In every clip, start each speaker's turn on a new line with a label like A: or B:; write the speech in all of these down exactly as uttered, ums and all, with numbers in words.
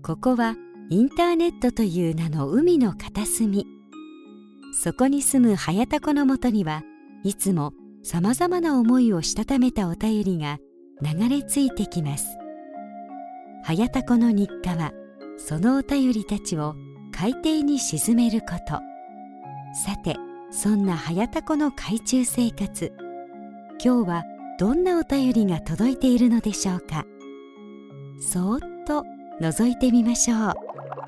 A: ここはインターネットという名の海の片隅。そこに住むはやたこのもとにはいつもさまざまな思いをしたためたお便りが流れ着いてきます。はやたこの日課はそのお便りたちを海底に沈めること。さて、そんなはやたこの海中生活、今日はどんなお便りが届いているのでしょうか。そーっと覗いてみましょう。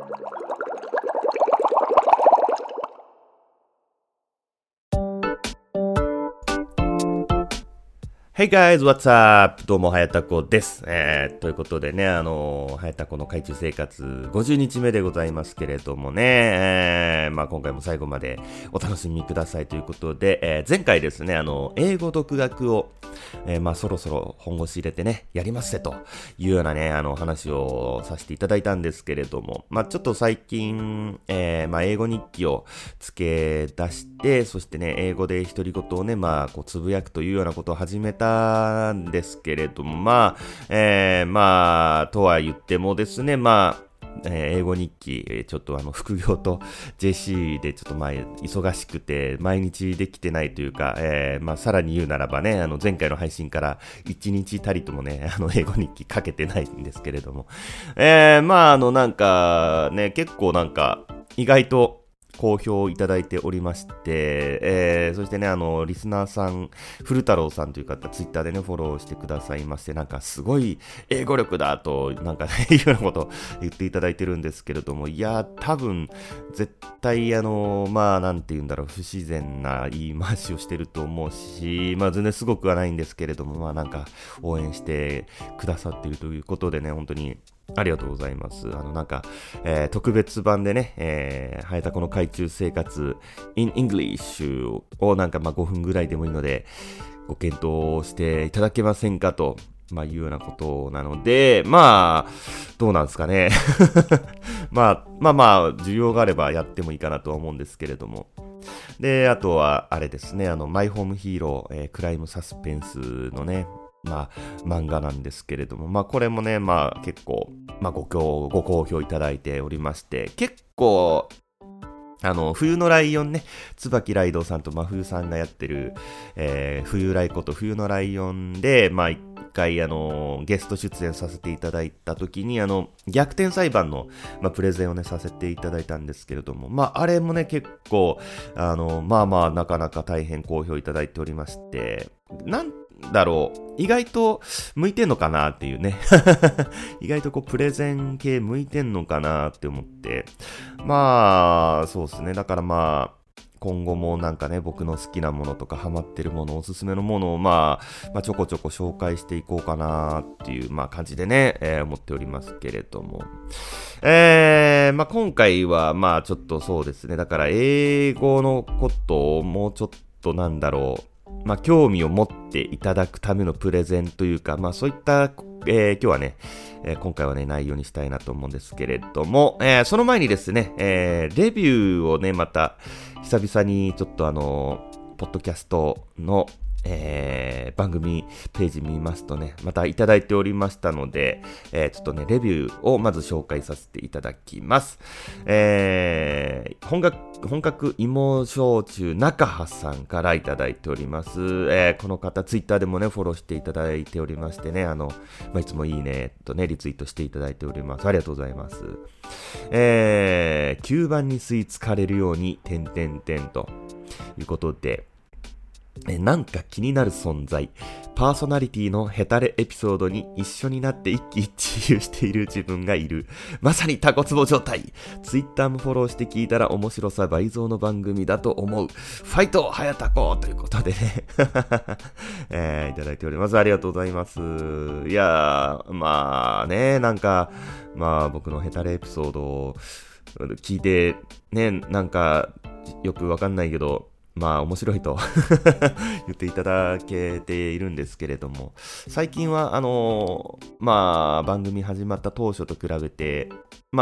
B: Hey guys, what's up? どうも、はやたこです。えー、ということでね、あの、はやたこの海中生活ごじゅうにちめでございますけれどもね、えー、まあ今回も最後までお楽しみくださいということで、えー、前回ですね、あの、英語独学を、えー、まあそろそろ本腰入れてね、やりますせというようなね、あの話をさせていただいたんですけれども、まあちょっと最近、えー、まあ英語日記をつけ出して、そしてね、英語で独り言をね、まあこうつぶやくというようなことを始めたんですけれども、まあ、えー、まあ、とは言ってもですね、まあ、えー、英語日記、ちょっとあの、副業と ジェーシー でちょっと前、忙しくて、毎日できてないというか、えー、まあ、さらに言うならばね、あの、前回の配信からいちにちたりともね、あの、英語日記かけてないんですけれども、えー、まあ、あの、なんか、ね、結構なんか、意外と、好評いただいておりまして、えー、そしてね、あの、リスナーさん、古太郎さんという方、ツイッターでね、フォローしてくださいまして、なんかすごい英語力だと、なんかね、いうようなことを言っていただいてるんですけれども、いや、多分、絶対、あの、まあ、なんて言うんだろう、不自然な言い回しをしてると思うし、まあ、全然すごくはないんですけれども、まあ、なんか、応援してくださっているということでね、本当に、ありがとうございます。あの、なんか、えー、特別版でね、えー、はやたこの海中生活 in English をなんかまあごふんぐらいでもいいので、ご検討していただけませんかと、まあいうようなことなので、まあ、どうなんですかね。まあ、まあまあ、需要があればやってもいいかなとは思うんですけれども。で、あとは、あれですね、あの、マイホームヒーロー、えー、クライムサスペンスのね、まあ、漫画なんですけれども、まあ、これもね、まあ、結構、まあ、ご好、ご好評いただいておりまして、結構、あの、冬のライオンね、椿ライドウさんと真冬さんがやってる、えー、冬ライこと冬のライオンで、まあ、一回、あの、ゲスト出演させていただいたときに、あの、逆転裁判の、まあ、プレゼンをね、させていただいたんですけれども、まあ、あれもね、結構、あの、まあまあ、なかなか大変好評いただいておりまして、なんだろう、意外と向いてんのかなっていうね意外とこうプレゼン系向いてんのかなって思って、まあそうですね、だからまあ今後もなんかね、僕の好きなものとかハマってるもの、おすすめのものをまあ、まあ、ちょこちょこ紹介していこうかなっていうまあ感じでね、えー、思っておりますけれども、えー、まあ今回はまあちょっとそうですね、だから英語のことをもうちょっとなんだろう、まあ、興味を持っていただくためのプレゼンというか、まあ、そういった、えー、今日はね、えー、今回はね、内容にしたいなと思うんですけれども、えー、その前にですね、えー、レビューをね、また、久々にちょっとあの、ポッドキャストの、えー、番組ページ見ますとね、またいただいておりましたので、えー、ちょっとね、レビューをまず紹介させていただきます。えー、本格、本格芋焼酎中葉さんからいただいております。えー、この方、ツイッターでもね、フォローしていただいておりましてね、あの、まあ、いつもいいね、とね、リツイートしていただいております。ありがとうございます。えー、吸盤に吸い付かれるように、点々点ということで、えなんか気になる存在、パーソナリティのヘタレエピソードに一緒になって一喜一憂している自分がいる。まさにタコツボ状態。ツイッターもフォローして聞いたら面白さ倍増の番組だと思う。ファイトはやたこということでね、えー、いただいております。ありがとうございます。いやー、まあね、なんか、まあ僕のヘタレエピソードを聞いて、ね、なんかよくわかんないけど、まあ面白いと言っていただけているんですけれども、最近はあのー、まあ番組始まった当初と比べて、まあ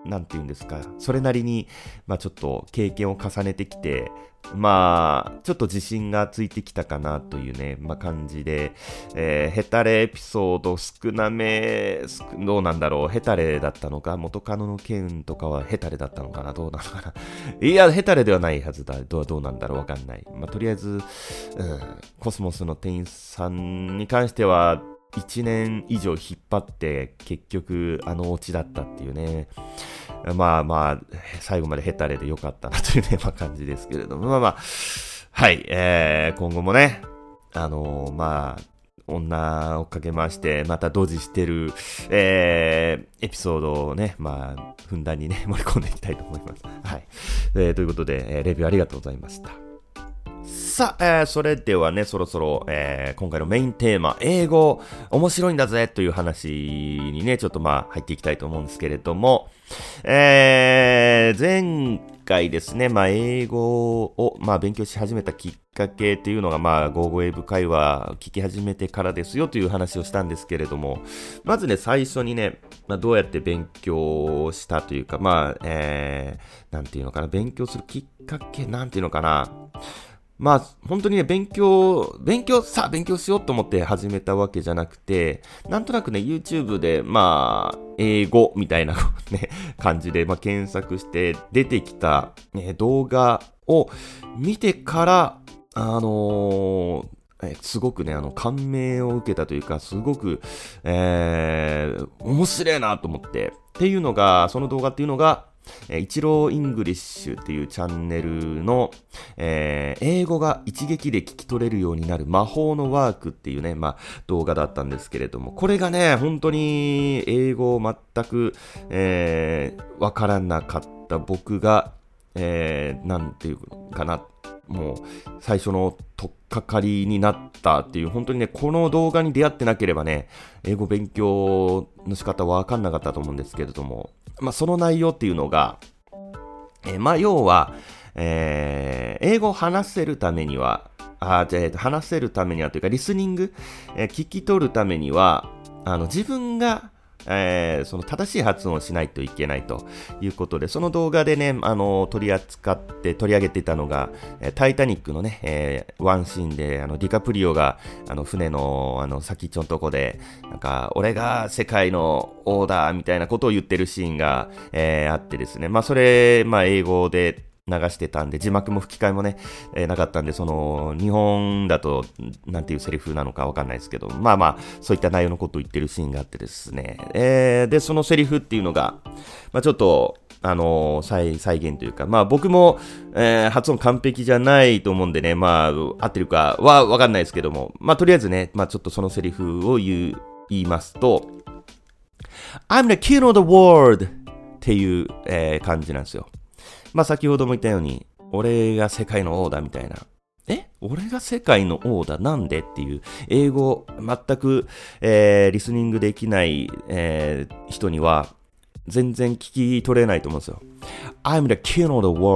B: なんていうんですか、それなりに、まあちょっと経験を重ねてきて、まあ、ちょっと自信がついてきたかなというね、まあ感じで、えー、ヘタレエピソード少なめ、どうなんだろう、ヘタレだったのか、元カノの件とかはヘタレだったのかな、どうなのかな。いや、ヘタレではないはずだ。どう、どうなんだろう、わかんない。まあとりあえず、うん、コスモスの店員さんに関しては、いちねん以上引っ張って結局あのオチだったっていうね。まあまあ最後までヘタレでよかったなというね、まあ、感じですけれども、まあまあはい、えー、今後もねあのー、まあ女を追っかけ回してまたドジしてる、えー、エピソードをねまあふんだんにね盛り込んでいきたいと思います。はい、えー、ということで、えー、レビューありがとうございました。さあ、えー、それではね、そろそろ、えー、今回のメインテーマ、英語、面白いんだぜという話にね、ちょっとまあ入っていきたいと思うんですけれども、えー、前回ですね、まあ英語を、まあ、勉強し始めたきっかけっていうのが、まあ、ゴーゴー英語会話を聞き始めてからですよという話をしたんですけれども、まずね、最初にね、まあ、どうやって勉強したというか、まあ、えー、なんていうのかな、勉強するきっかけ、なんていうのかな、まあ、本当にね、勉強、勉強、さあ勉強しようと思って始めたわけじゃなくて、なんとなくね、YouTube で、まあ、英語みたいなね、感じで、まあ、検索して出てきた、ね、動画を見てから、あのー、えすごくね、あの、感銘を受けたというか、すごく、えー、面白いなと思って、っていうのが、その動画っていうのが、イチローイングリッシュっていうチャンネルの、えー、英語が一撃で聞き取れるようになる魔法のワークっていうね、まあ動画だったんですけれども、これがね、本当に英語を全く、えー、わからなかった僕が、えー、なんていうかな、もう最初の取っかかりになったっていう、本当にね、この動画に出会ってなければね、英語勉強の仕方わかんなかったと思うんですけれども、まあその内容っていうのが、えー、まあ要は、えー、英語を話せるためには、あじゃあ話せるためにはというか、リスニング、えー、聞き取るためには、あの自分がえー、その正しい発音をしないといけないということで、その動画でね、あの取り扱って取り上げていたのが、えー、タイタニックのね、えー、ワンシーンで、あのディカプリオがあの船のあの先っちょのとこで、なんか俺が世界の王だみたいなことを言ってるシーンが、えー、あってですね、まあそれ、まあ英語で流してたんで、字幕も吹き替えもね、えー、なかったんで、その、日本だと、なんていうセリフなのかわかんないですけど、まあまあ、そういった内容のことを言ってるシーンがあってですね、えー、で、そのセリフっていうのが、まあちょっと、あのー、再、再現というか、まあ僕も、えー、発音完璧じゃないと思うんでね、まあ、合ってるかはわかんないですけども、まあとりあえずね、まあちょっとそのセリフを言う、言いますと、I'm the king of the world っていう、えー、感じなんですよ。まあ先ほども言ったように、俺が世界の王だみたいな。え俺が世界の王だなんでっていう、英語全く、えー、リスニングできない、えー、人には、全然聞き取れないと思うんですよ。I'm the king of the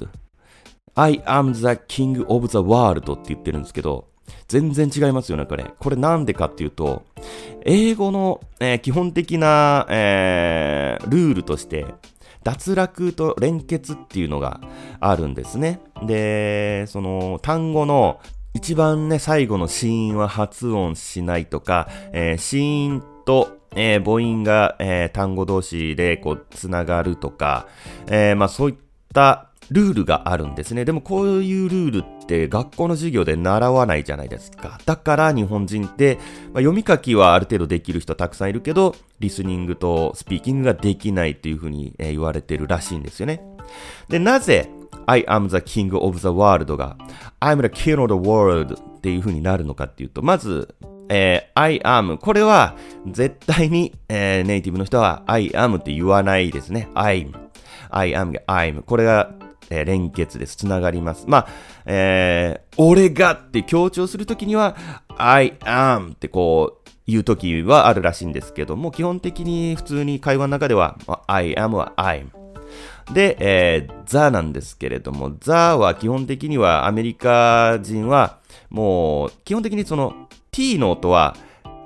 B: world.I am the king of the world って言ってるんですけど、全然違いますよね、これ。これなんでかっていうと、英語の、えー、基本的な、えー、ルールとして、脱落と連結っていうのがあるんですね。で、その単語の一番ね、最後の子音は発音しないとか、えー、子音と、えー、母音が、えー、単語同士でこうつながるとか、えー、まあそういったルールがあるんですね。でもこういうルールって学校の授業で習わないじゃないですか。だから日本人って、まあ、読み書きはある程度できる人たくさんいるけど、リスニングとスピーキングができないっていうふうに、えー、言われてるらしいんですよね。で、なぜ I am the king of the world が I'm the king of the world っていうふうになるのかっていうと、まず、えー、I am これは絶対に、えー、ネイティブの人は I am って言わないですね。I'm I am が I'm これがえー、連結です。つながります。まあ、えー、俺がって強調するときには、I am ってこう、言うときはあるらしいんですけども、基本的に普通に会話の中では、I am は I'm。で、えー、the なんですけれども、the は基本的にはアメリカ人は、もう、基本的にその t の音は、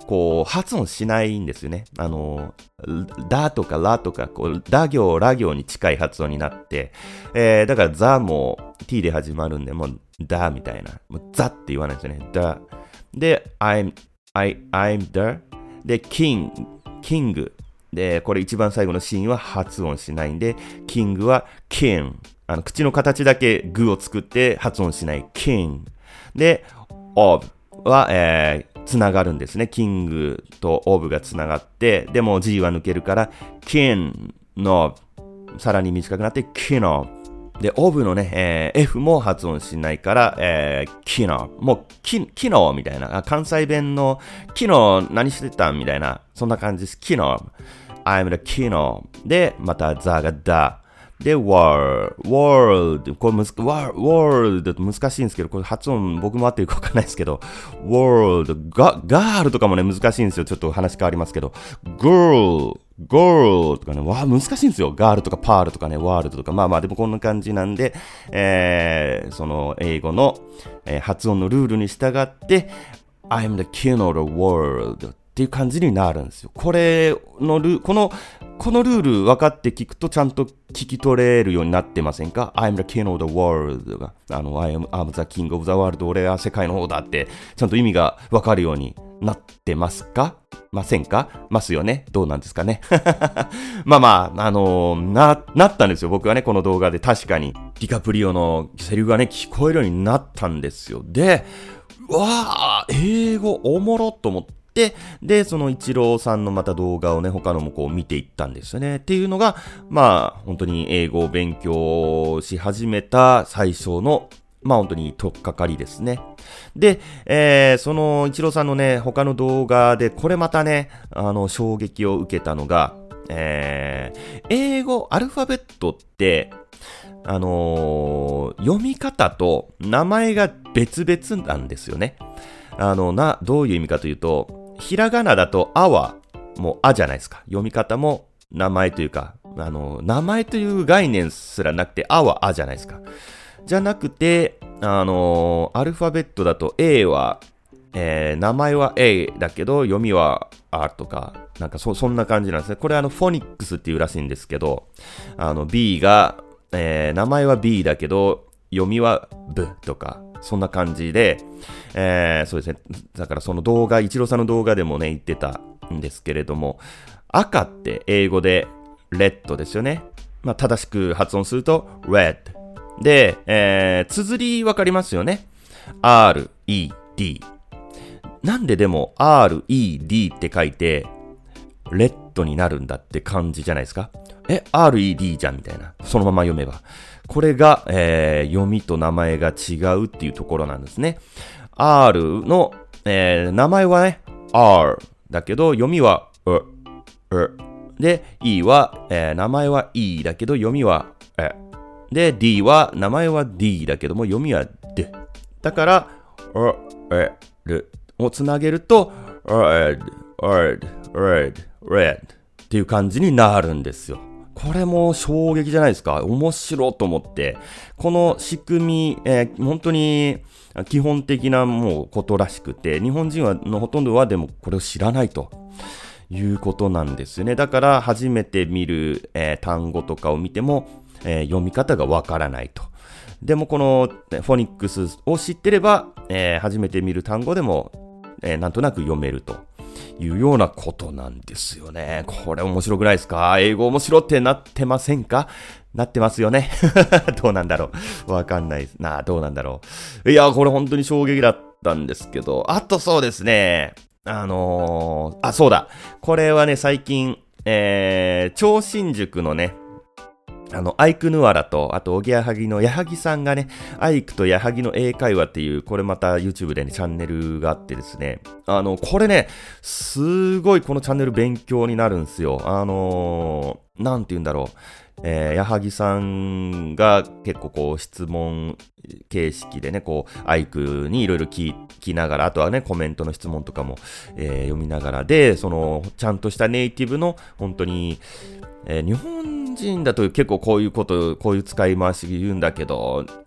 B: こう、発音しないんですよね。あの、だとかラとか、こう、だ行、ら行に近い発音になって、えー、だからザも t で始まるんで、もう、だみたいな。もうザって言わないんですよね。だ。で、I'm, I, I'm the. で、king, king. で、これ一番最後のシーンは発音しないんで、king は king。あの、口の形だけグを作って発音しない king。で、of は、えー、つながるんですね。king と of がつながって、でも G は抜けるから、king の、さらに短くなって、king of。で、of のね、えー、F も発音しないから、えー、king of。もう、き、昨日みたいな。関西弁の、昨日何してたみたいな。そんな感じです。昨日。I'm the king of。で、また the が the。で、world, world, これむず、world って難しいんですけど、これ発音僕も合ってるかわかんないですけど、world, ガ、ガールとかもね難しいんですよ。ちょっと話変わりますけど、girl, girl とかね、わ難しいんですよ。ガールとかパールとかね、ワールドとか、まあまあでもこんな感じなんで、えー、その英語の、えー、発音のルールに従って、I'm the king of the worldっていう感じになるんですよ。これのル、この、このルール分かって聞くとちゃんと聞き取れるようになってませんか？ I'm the king of the world が、あの、I am I'm the king of the world 俺は世界の方だって、ちゃんと意味が分かるようになってますか？ませんか？ますよね？どうなんですかね？まあまあ、あのー、な、なったんですよ。僕はね、この動画で確かにディカプリオのセリフがね、聞こえるようになったんですよ。で、わー、英語おもろと思って、で、で、そのイチローさんのまた動画をね、他のもこう見ていったんですよね。っていうのが、まあ、本当に英語を勉強し始めた最初の、まあ本当に取っかかりですね。で、えー、そのイチローさんのね、他の動画で、これまたね、あの、衝撃を受けたのが、えー、英語、アルファベットって、あのー、読み方と名前が別々なんですよね。あの、な、どういう意味かというと、ひらがなだと、あは、もう、あじゃないですか。読み方も、名前というか、あの、名前という概念すらなくて、あは、あじゃないですか。じゃなくて、あの、アルファベットだと、A は、えー、名前は A だけど、読みは R とか、なんかそ、そんな感じなんですね。これあの、フォニックスっていうらしいんですけど、あの、B が、えー、名前は B だけど、読みは B とか、そんな感じで、えー、そうですね。だからその動画、イチローさんの動画でもね、言ってたんですけれども、赤って英語で red ですよね。まあ、正しく発音すると red。で、えー、綴りわかりますよね。R, E, D。なんででも R, E, D って書いて、レッドになるんだって感じじゃないですか。え、アールイーディー じゃんみたいな。そのまま読めば。これが、えー、読みと名前が違うっていうところなんですね。R の、えー、名前はね、R だけど、読みは、う、う。で、E は、えー、名前は E だけど、読みは、え。で、D は、名前は D だけども、読みは D。だから、う、え、るをつなげると、red, red, red, red っていう感じになるんですよ。これも衝撃じゃないですか。面白いと思って。この仕組み、えー、本当に基本的なもうことらしくて、日本人はのほとんどはでもこれを知らないということなんですよね。だから初めて見る、えー、単語とかを見ても、えー、読み方がわからないと。でもこのフォニックスを知ってれば、えー、初めて見る単語でも、えー、なんとなく読めると。いうようなことなんですよね。これ面白くないですか？英語面白ってなってませんか？なってますよね。どうなんだろう。わかんないですな。どうなんだろう。いや、これ本当に衝撃だったんですけど。あとそうですね。あのー、あ、そうだ。これはね、最近、えー、超新塾のね、あの、アイクヌアラと、あと、おぎやはぎの矢作さんがね、アイクと矢作の英会話っていう、これまた YouTube でね、チャンネルがあってですね、あの、これね、すごいこのチャンネル勉強になるんですよ。あのー、なんて言うんだろう。えー、矢作さんが結構こう質問形式でね、こう、アイクにいろいろ聞きながら、あとはね、コメントの質問とかも、えー、読みながらで、その、ちゃんとしたネイティブの、本当に、えー、日本人だと結構こういうこと、こういう使い回し言うんだけど、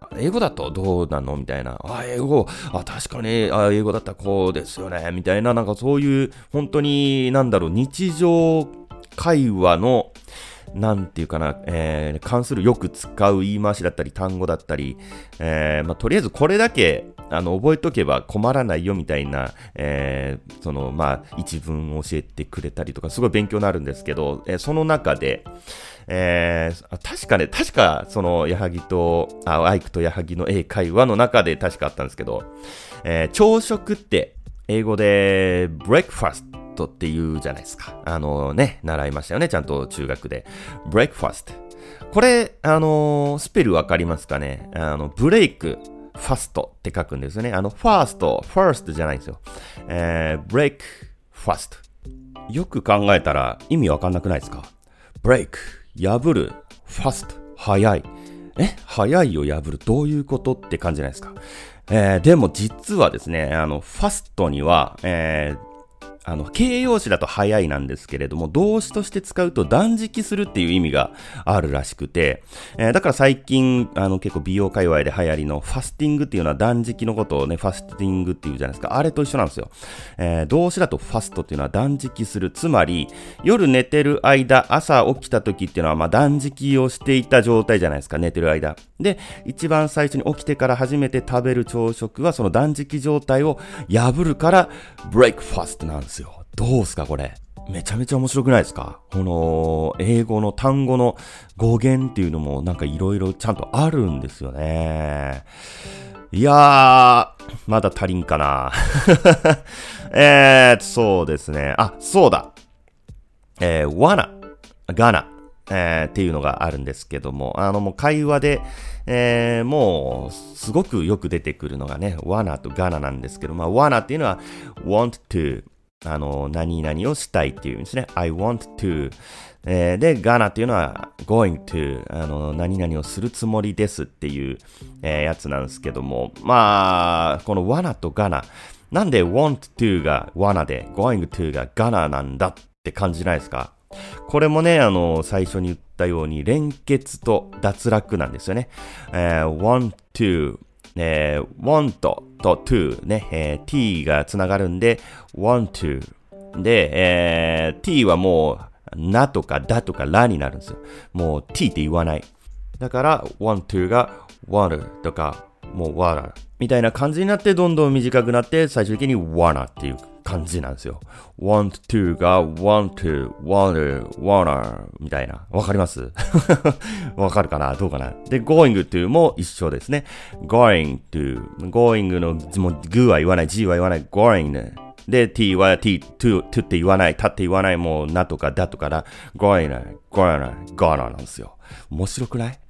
B: 英語だとどうなのみたいな。あ、英語、あ、確かに、あ、英語だったらこうですよね。みたいな、なんかそういう、本当に、なんだろう、日常会話の、なんていうかな、えー、関するよく使う言い回しだったり、単語だったり、えー、まあ、とりあえずこれだけ、あの、覚えとけば困らないよみたいな、えー、その、まあ、一文を教えてくれたりとか、すごい勉強になるんですけど、えー、その中で、えー、確かね、確か、その、矢作と、あ、アイクと矢作の英会話の中で確かあったんですけど、えー、朝食って、英語で、breakfastって言うじゃないですか。あのね、習いましたよね、ちゃんと中学で。breakfast。これ、あのー、スペルわかりますかね？あの、ブレイク、ファストって書くんですよね。あの、ファースト、ファーストじゃないんですよ。えー、ブレイク、ファスト。よく考えたら意味わかんなくないですか？ブレイク、破る、ファスト、早い。え、早いを破る、どういうことって感じじゃないですか。えー、でも実はですね、あの、ファストには、えー、あの、形容詞だと早いなんですけれども、動詞として使うと断食するっていう意味があるらしくて、えー、だから最近、あの、結構美容界隈で流行りのファスティングっていうのは断食のことをね、ファスティングっていうじゃないですか。あれと一緒なんですよ。えー、動詞だとファストっていうのは断食する。つまり、夜寝てる間、朝起きた時っていうのは、まあ、断食をしていた状態じゃないですか、寝てる間。で、一番最初に起きてから初めて食べる朝食は、その断食状態を破るから、ブレイクファストなんですよ。どうすかこれ。めちゃめちゃ面白くないですか？この英語の単語の語源っていうのもなんかいろいろちゃんとあるんですよね。いやー、まだ足りんかな。えー、そうですね。あ、そうだ。えー、wanna、gonna、えー、っていうのがあるんですけども、あのもう会話で、えー、もうすごくよく出てくるのがね、wanna と gonna なんですけど、まあ wanna っていうのは want to、あの、何々をしたいっていうんですね。I want to、えー、で、gonna っていうのは going to、あの、何々をするつもりですっていう、えー、やつなんですけども、まあ、この wanna と gonna、なんで want to が wanna で going to が gonna なんだって感じないですか？これもね、あの、最初に言ったように連結と脱落なんですよね。えー、want to、えー、want と to ね、えー、t がつながるんで want to で、えー、t はもうなとかだとからになるんですよ。もう t って言わない。だから want to が water とかもう water みたいな感じになってどんどん短くなって最終的に wanna っていう感じなんですよ。want to が want to, water, water みたいな。わかります？わかるかな？どうかな？で、going to も一緒ですね。going to, going の、もう g は言わない、g は言わない、going ね。で、t は t, to, to って言わない、たって言わない、もうなとかだとかだ、going な、going な、gonna なんですよ。面白くない？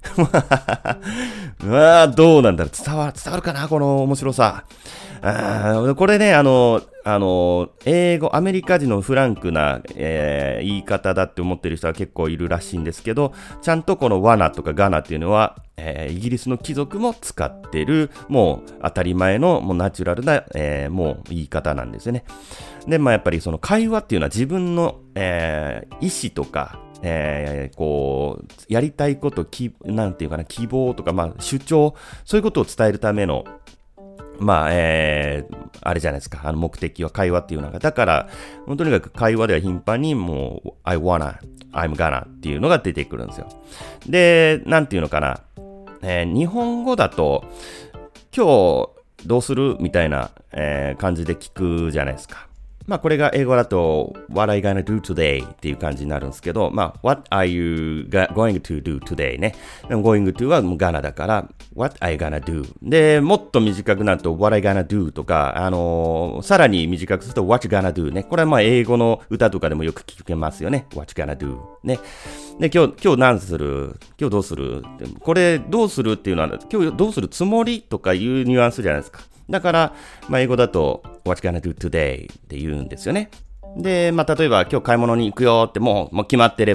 B: まあ、どうなんだろう。伝わ、伝わるかなこの面白さ。あこれね、あの、あの、英語、アメリカ人のフランクな、えー、言い方だって思ってる人は結構いるらしいんですけど、ちゃんとこの wanna とか gonna っていうのは、えー、イギリスの貴族も使ってる、もう当たり前の、もうナチュラルな、えー、もう言い方なんですよね。で、まあやっぱりその会話っていうのは自分の、えー、意思とか、えー、こう、やりたいこと、き、なんていうかな、希望とか、まあ主張、そういうことを伝えるための、まあ、えー、あれじゃないですか。あの、目的は会話っていうのが。だから、とにかく会話では頻繁にもう、I wanna, I'm gonna っていうのが出てくるんですよ。で、なんていうのかな。えー、日本語だと、今日どうするみたいな、えー、感じで聞くじゃないですか。まあこれが英語だと What are you gonna do today? っていう感じになるんですけど、まあ What are you going to do today? ね。going to はもう gonna だから What are you gonna do? で、もっと短くなると What are you gonna do? とか、あのー、さらに短くすると What you gonna do? ね。これはまあ英語の歌とかでもよく聞けますよね。What you gonna do? ね。で、今日、今日何する？今日どうする？これどうするっていうのは、今日どうするつもりとかいうニュアンスじゃないですか。だから、まあ、英語だと What you gonna do today? って言うんですよね。で、まあ、例えば今日買い物に行くよってもう、もう決まってれば、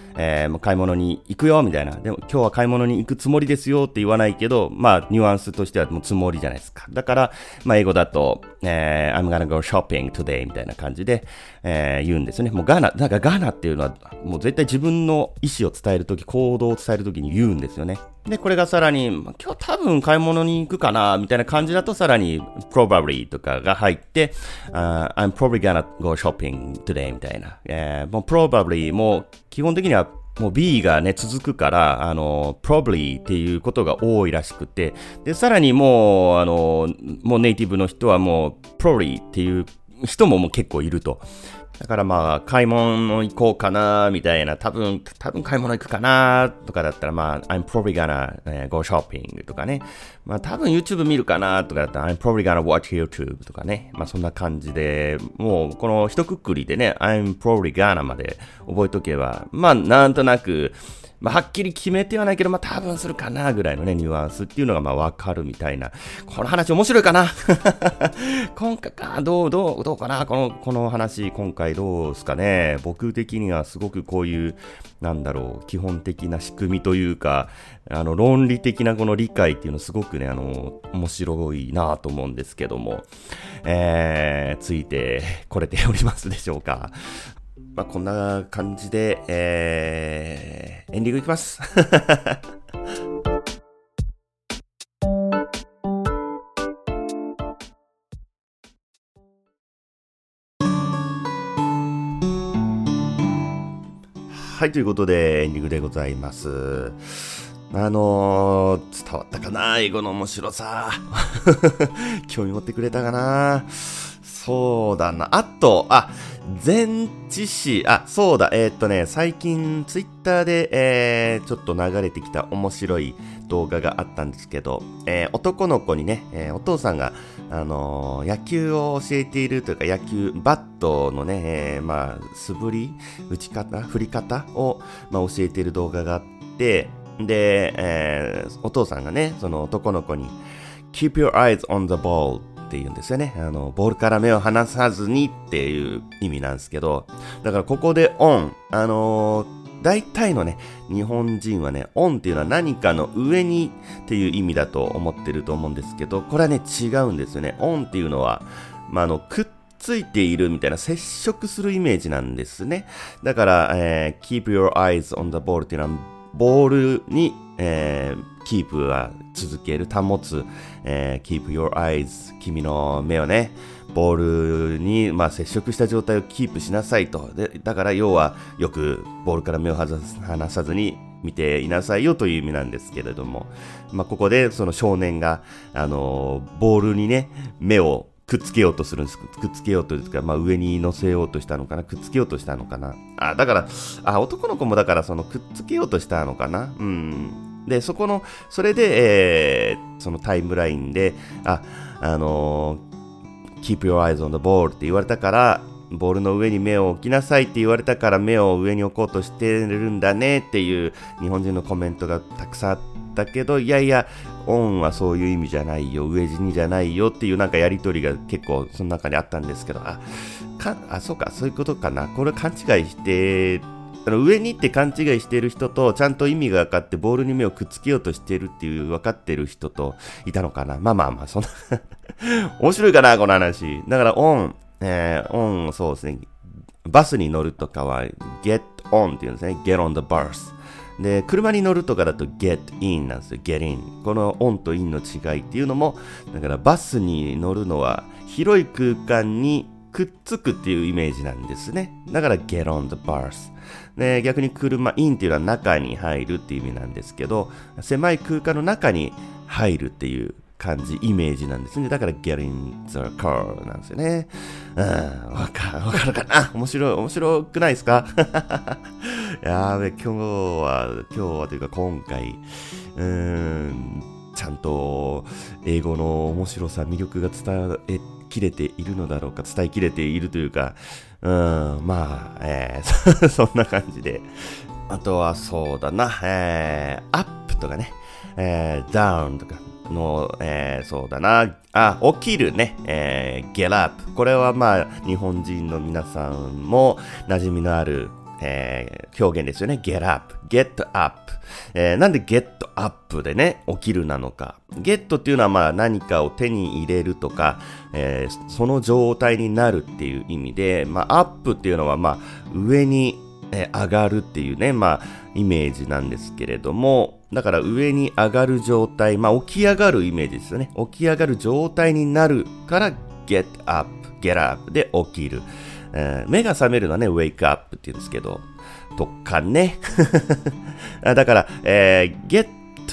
B: えー、もう買い物に行くよみたいな。でも今日は買い物に行くつもりですよって言わないけど、まあニュアンスとしてはもうつもりじゃないですか。だから、まあ英語だと、えー、I'm gonna go shopping today みたいな感じで、えー、言うんですよね。もうガナ、なんかガナっていうのはもう絶対自分の意思を伝えるとき、行動を伝えるときに言うんですよね。で、これがさらに、今日多分買い物に行くかなみたいな感じだとさらに probably とかが入って、uh, I'm probably gonna go shopping today みたいな。えー、もう probably もう基本的にはもう B がね続くから、あの、probably っていうことが多いらしくて、で、さらにもう、あの、もうネイティブの人はもう probably っていう人ももう結構いると。だからまあ、買い物行こうかな、みたいな、多分、多分買い物行くかな、とかだったらまあ、I'm probably gonna、uh, go shopping とかね。まあ多分 YouTube 見るかな、とかだったら I'm probably gonna watch YouTube とかね。まあそんな感じで、もうこの一括りでね、I'm probably gonna まで覚えとけば、まあなんとなく、まあ、はっきり決めてはないけど、まあ、多分するかな、ぐらいのね、ニュアンスっていうのが、まあ、わかるみたいな。この話面白いかな今回か、どう、どう、どうかなこの、この話、今回どうですかね。僕的にはすごくこういう、なんだろう、基本的な仕組みというか、あの、論理的なこの理解っていうのすごくね、あの、面白いなと思うんですけども、えー、ついてこれておりますでしょうか。まあ、こんな感じで、えー、エンディングいきます。はい、ということでエンディングでございます。あのー、伝わったかな、英語の面白さ。興味持ってくれたかな。そうだな。あと、あ、前置詞、あ、そうだ、えー、っとね、最近ツイッターで、えー、ちょっと流れてきた面白い動画があったんですけど、えー、男の子にね、えー、お父さんが、あのー、野球を教えているというか、野球、バットのね、えー、まあ、素振り、打ち方、振り方を、まあ、教えている動画があって、で、えー、お父さんがね、その男の子に、Keep your eyes on the ballって言うんですよね。あの、ボールから目を離さずにっていう意味なんですけど、だからここで on、あのー、大体のね、日本人はね、on っていうのは何かの上にっていう意味だと思ってると思うんですけど、これはね、違うんですよね。on っていうのは、まあ、あの、くっついているみたいな接触するイメージなんですね。だから、えー、keep your eyes on the ball っていうのは、ボールに、えー、キープは続ける、保つ、えー、keep your eyes、君の目をね、ボールに、まあ、接触した状態をキープしなさいと。で、だから要はよくボールから目を離さずに見ていなさいよという意味なんですけれども、まあ、ここでその少年が、あのー、ボールにね、目をくっつけようとするんです。くっつけようとですか、まあ、上に乗せようとしたのかな、くっつけようとしたのかな。あ、だから、あ、男の子もだからそのくっつけようとしたのかな。うん。で、そこの、それで、えー、そのタイムラインで、あ、あのー、keep your eyes on the ball って言われたから、ボールの上に目を置きなさいって言われたから目を上に置こうとしてるんだねっていう日本人のコメントがたくさんあったけど、いやいや、オンはそういう意味じゃないよ、上地にじゃないよっていうなんかやりとりが結構その中にあったんですけど、あ、かあそうか、そういうことかな。これ勘違いして、あの上にって勘違いしている人とちゃんと意味が分かってボールに目をくっつけようとしているっていう分かっている人といたのかな。まあまあまあ、そんな面白いかな、この話。だからオン、えー、オン、そうですね。バスに乗るとかは get on っていうんですね。get on the bus。で、車に乗るとかだと get in なんですよ。get in。この on と in の違いっていうのも、だからバスに乗るのは広い空間にくっつくっていうイメージなんですね。だから get on the bus。で、逆に車 in っていうのは中に入るっていう意味なんですけど、狭い空間の中に入るっていう感じ、イメージなんですね。だから get in the car なんですよね。うん、わか、わかるかな。面白い、面白くないですかやーべ、今日は、今日はというか今回、うーん、ちゃんと英語の面白さ、魅力が伝えきれているのだろうか、伝えきれているというか、うん、まあ、えー、そんな感じで。あとはそうだな、えー、アップとかね、えー、ダウンとかの、えー、そうだな、あ、起きるね、えー、get up。これはまあ、日本人の皆さんも馴染みのあるえー、表現ですよね。get up, get up、えー。なんで get up でね、起きるなのか。get っていうのはまあ何かを手に入れるとか、えー、その状態になるっていう意味で、まあ up っていうのはまあ上に、えー、上がるっていうね、まあイメージなんですけれども、だから上に上がる状態、まあ起き上がるイメージですよね。起き上がる状態になるから get up, get up で起きる。えー、目が覚めるのはね、wake up って言うんですけど、とかね。だから、えー、get,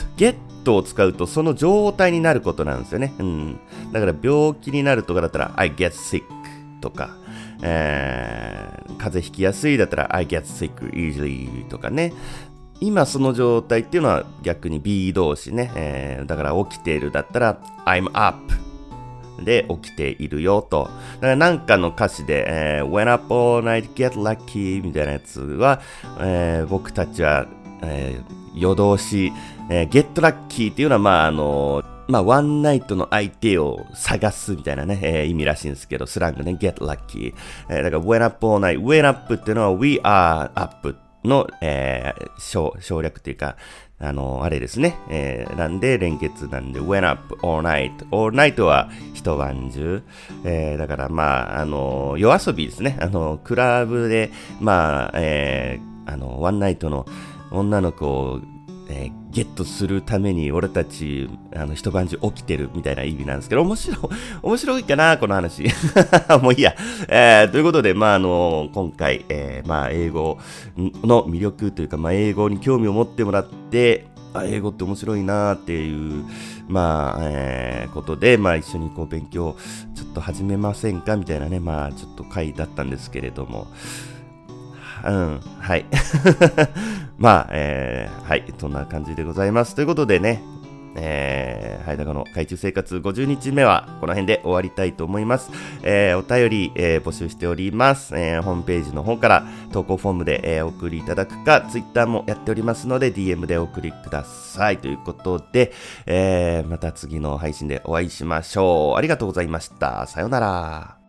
B: get を使うとその状態になることなんですよね。うん。だから病気になるとかだったら I get sick とか、えー、風邪ひきやすいだったら I get sick easily とかね。今その状態っていうのは逆に be 動詞ね。えー、だから起きているだったら I'm upで起きているよと。だからなんかの歌詞で、えー、When up all night get lucky みたいなやつは、えー、僕たちは、えー、夜通し、えー、get lucky っていうのはまああのまあワンナイトの相手を探すみたいなね、えー、意味らしいんですけど、スラングね get lucky、えー、だから When up all night when up っていうのは We are upの、えー、省, 省略っていうかあの、あれですね。えー、なんで、連結なんで、went up all night. all night は一晩中。えー、だから、まあ、あの、夜遊びですね。あの、クラブで、まあ、えー、あの、ワンナイトの女の子を、えー、ゲットするために、俺たち、あの、一晩中起きてるみたいな意味なんですけど、面白い、面白いかな、この話。もういいや。えー、ということで、まあ、あの、今回、えー、まあ、英語の魅力というか、まあ、英語に興味を持ってもらって、あ、英語って面白いなっていう、まあ、えー、ことで、まあ、一緒にこう、勉強、ちょっと始めませんかみたいなね、まあ、ちょっと回だったんですけれども、うん、はい。まあ、えー、はい、そんな感じでございます。ということでね、えー、ハイダカの海中生活ごじゅうにちめはこの辺で終わりたいと思います。えー、お便り、えー、募集しております。えー、ホームページの方から投稿フォームで、えー、お送りいただくか、ツイッターもやっておりますので ディーエム でお送りください。ということで、えー、また次の配信でお会いしましょう。ありがとうございました。さようなら。